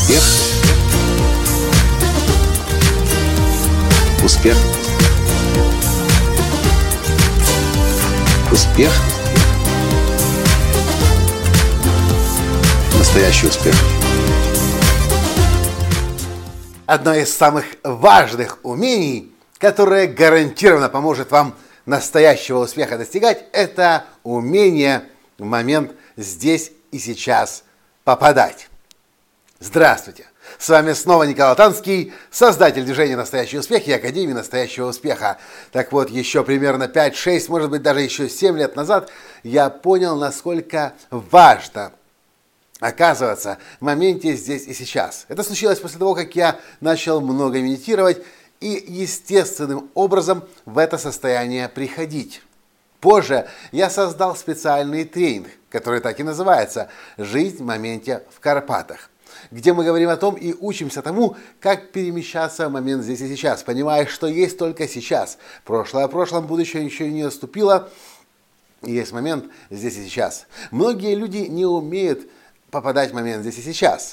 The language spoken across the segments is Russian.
Успех. Успех. Успех. Настоящий успех. Одно из самых важных умений, которое гарантированно поможет вам настоящего успеха достигать, это умение в момент здесь и сейчас попадать. Здравствуйте! С вами снова Николай Танский, создатель движения «Настоящий успех» и Академии настоящего успеха. Так вот, еще примерно 5-6, может быть, даже еще 7 лет назад я понял, насколько важно оказываться в моменте здесь и сейчас. Это случилось после того, как я начал много медитировать и естественным образом в это состояние приходить. Позже я создал специальный тренинг, который так и называется «Жизнь в моменте в Карпатах», где мы говорим о том и учимся тому, как перемещаться в момент здесь и сейчас, понимая, что есть только сейчас. Прошлое о прошлом, будущее еще не наступило, и есть момент здесь и сейчас. Многие люди не умеют попадать в момент здесь и сейчас.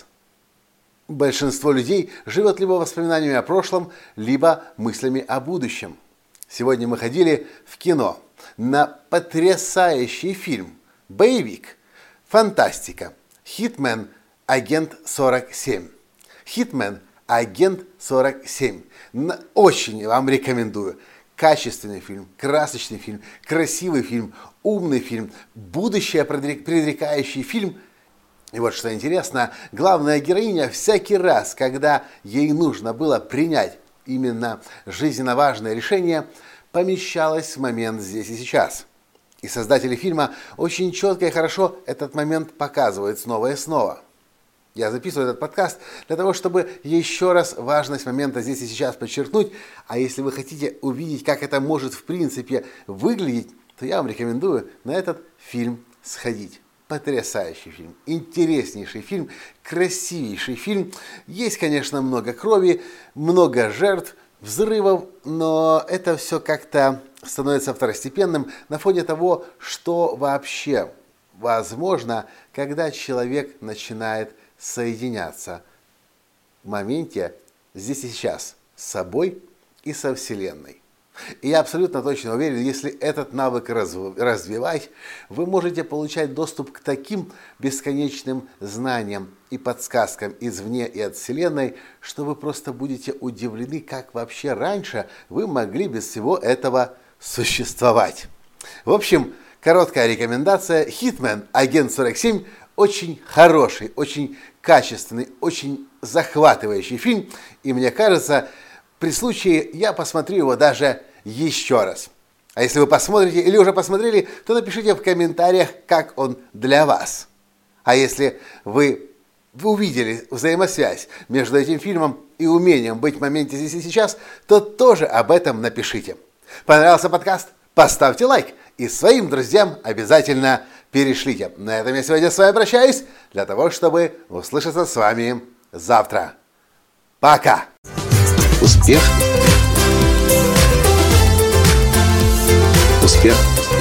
Большинство людей живет либо воспоминаниями о прошлом, либо мыслями о будущем. Сегодня мы ходили в кино на потрясающий фильм, боевик, фантастика, «Хитмен. Агент 47». «Хитмен. Агент 47». Очень вам рекомендую. Качественный фильм, красочный фильм, красивый фильм, умный фильм, будущее предрекающий фильм. И вот что интересно, главная героиня всякий раз, когда ей нужно было принять именно жизненно важное решение, помещалась в момент здесь и сейчас. И создатели фильма очень четко и хорошо этот момент показывают снова и снова. Я записываю этот подкаст для того, чтобы еще раз важность момента здесь и сейчас подчеркнуть. А если вы хотите увидеть, как это может в принципе выглядеть, то я вам рекомендую на этот фильм сходить. Потрясающий фильм, интереснейший фильм, красивейший фильм. Есть, конечно, много крови, много жертв, взрывов, но это все как-то становится второстепенным на фоне того, что вообще возможно, когда человек начинает соединяться в моменте здесь и сейчас с собой и со Вселенной. И я абсолютно точно уверен, если этот навык развивать, вы можете получать доступ к таким бесконечным знаниям и подсказкам извне и от Вселенной, что вы просто будете удивлены, как вообще раньше вы могли без всего этого существовать. В общем, короткая рекомендация. «Хитмен. Агент 47» очень хороший, очень качественный, очень захватывающий фильм. И мне кажется, при случае я посмотрю его даже еще раз. А если вы посмотрите или уже посмотрели, то напишите в комментариях, как он для вас. А если вы увидели взаимосвязь между этим фильмом и умением быть в моменте здесь и сейчас, то тоже об этом напишите. Понравился подкаст? Поставьте лайк и своим друзьям обязательно перешлите. На этом я сегодня с вами прощаюсь, для того, чтобы услышаться с вами завтра. Пока! Успех. Успех.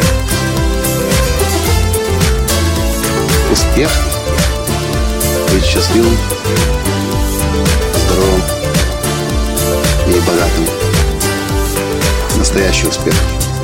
Успех. Быть счастливым, здоровым и богатым. Настоящий успех.